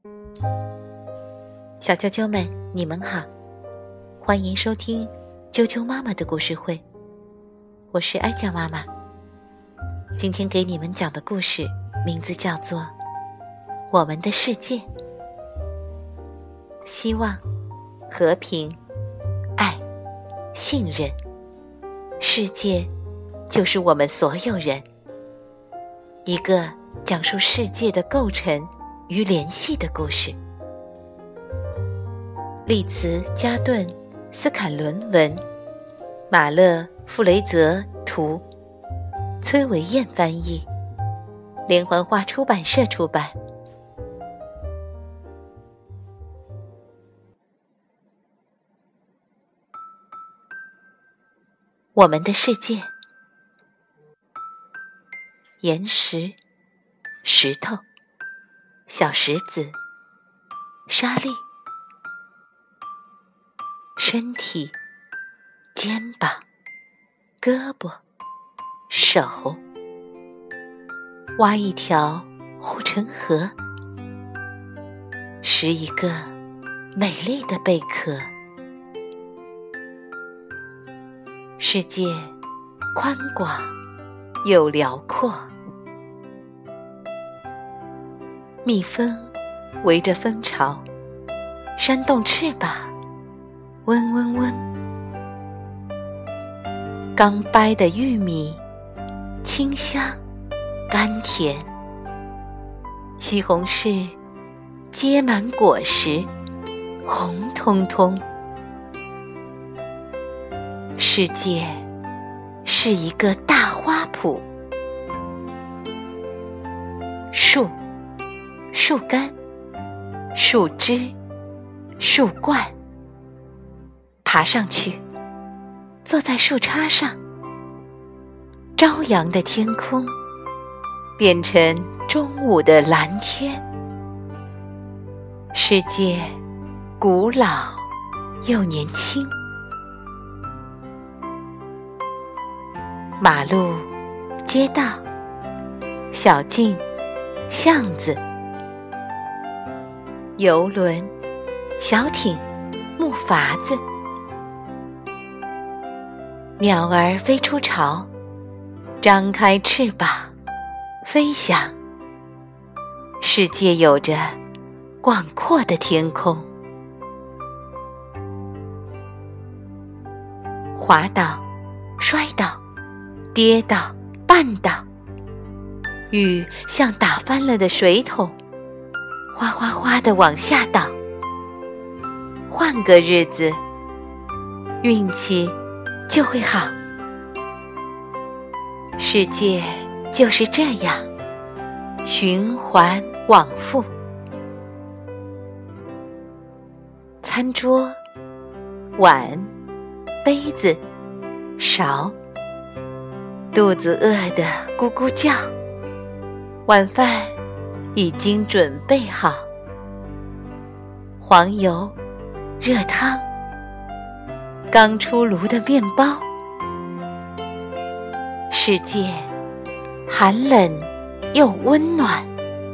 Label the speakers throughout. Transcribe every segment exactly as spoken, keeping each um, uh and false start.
Speaker 1: 小啾啾们，你们好，欢迎收听啾啾妈妈的故事会，我是艾酱妈妈。今天给你们讲的故事名字叫做《我们的世界》，希望、和平、爱、信任，世界就是我们所有人。一个讲述世界的构成与联系的故事。利茨·加顿·斯坎伦文，马勒·傅雷泽图，崔维燕翻译，连环画出版社出版。我们的世界，岩石、石头、小石子、沙粒，身体、肩膀、胳膊、手，挖一条护城河，拾一个美丽的贝壳。世界宽广又辽阔，蜜蜂围着蜂巢，扇动翅膀，嗡嗡嗡。刚掰的玉米，清香甘甜。西红柿结满果实，红彤彤。世界是一个大花圃，树、树干、树枝、树冠，爬上去，坐在树杈上。朝阳的天空变成中午的蓝天。世界古老又年轻。马路、街道、小径、巷子，游轮、小艇、木筏子，鸟儿飞出巢，张开翅膀，飞翔。世界有着广阔的天空。滑倒、摔倒、跌倒、绊倒，雨像打翻了的水桶，哗哗哗地往下倒。换个日子，运气就会好。世界就是这样，循环往复。餐桌、碗、杯子、勺，肚子饿得咕咕叫，晚饭已经准备好。黄油、热汤，刚出炉的面包。世界寒冷又温暖。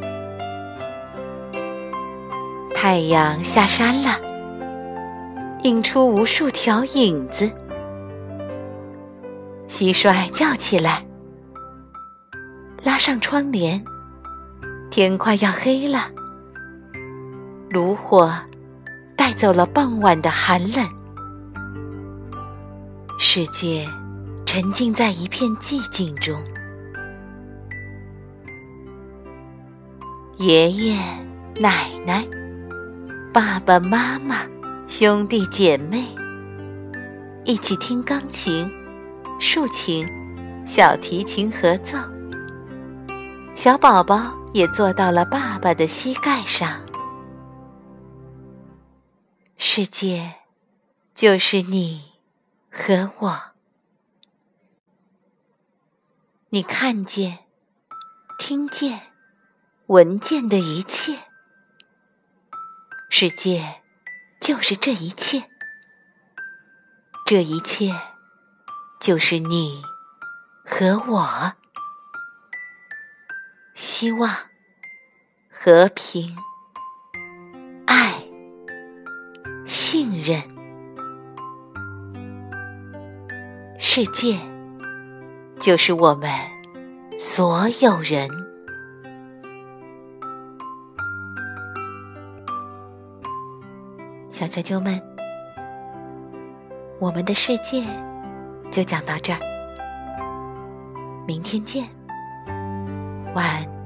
Speaker 1: 太阳下山了，映出无数条影子。蟋蟀叫起来，拉上窗帘，天快要黑了。炉火带走了傍晚的寒冷。世界沉浸在一片寂静中。爷爷、奶奶、爸爸妈妈、兄弟姐妹一起听钢琴、竖琴、小提琴合奏。小宝宝也坐到了爸爸的膝盖上。世界就是你和我。你看见、听见、闻见的一切，世界就是这一切，这一切就是你和我。希望、和平、 信任。世界就是我们所有人。小啾啾们，我们的世界就讲到这儿，明天见，晚安。